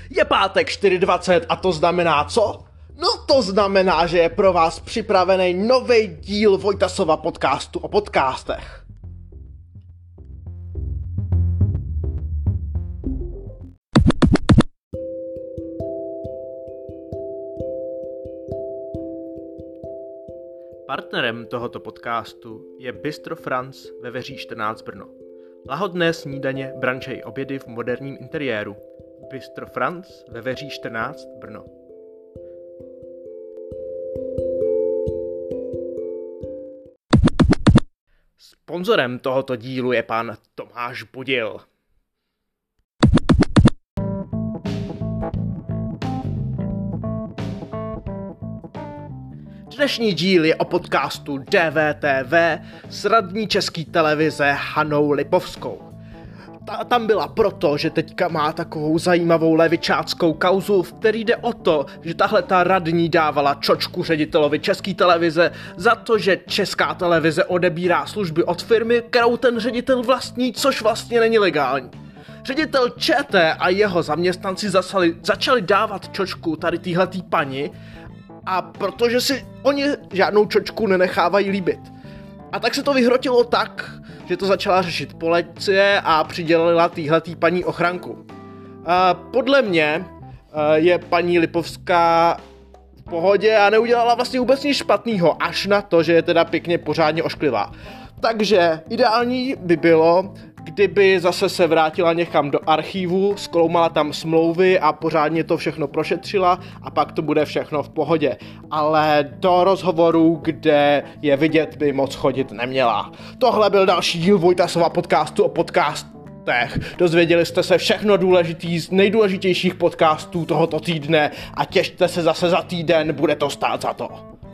Je pátek 4:20 a to znamená co? No to znamená, že je pro vás připravený nový díl Vojtasova podcastu o podcastech. Partnerem tohoto podcastu je Bistro Franz ve Veří 14 Brno. Lahodné snídaně, branče i obědy v moderním interiéru. Bistro Franz ve Veří 14 Brno. Sponzorem tohoto dílu je pan Tomáš Budil. Dnešní díl je o podcastu DVTV s radní České televize Hanou Lipovskou. Tam byla proto, že teďka má takovou zajímavou levičáckou kauzu, v který jde o to, že tahle ta radní dávala čočku ředitelovi České televize za to, že Česká televize odebírá služby od firmy, kterou ten ředitel vlastní, což vlastně není legální. Ředitel ČT a jeho zaměstnanci začali dávat čočku tady téhletý pani, a protože si oni žádnou čočku nenechávají líbit. A tak se to vyhrotilo tak, že to začala řešit policie a přidělila téhletý paní ochranku. Podle mě je paní Lipovská v pohodě a neudělala vlastně vůbec nic špatného, až na to, že je teda pěkně pořádně ošklivá. Takže ideální by bylo, kdyby zase se vrátila někam do archívu, zkoumala tam smlouvy a pořádně to všechno prošetřila a pak to bude všechno v pohodě. Ale do rozhovoru, kde je vidět, by moc chodit neměla. Tohle byl další díl Vojtasova podcastu o podcastech. Dozvěděli jste se všechno důležitý z nejdůležitějších podcastů tohoto týdne a těšte se zase za týden, bude to stát za to.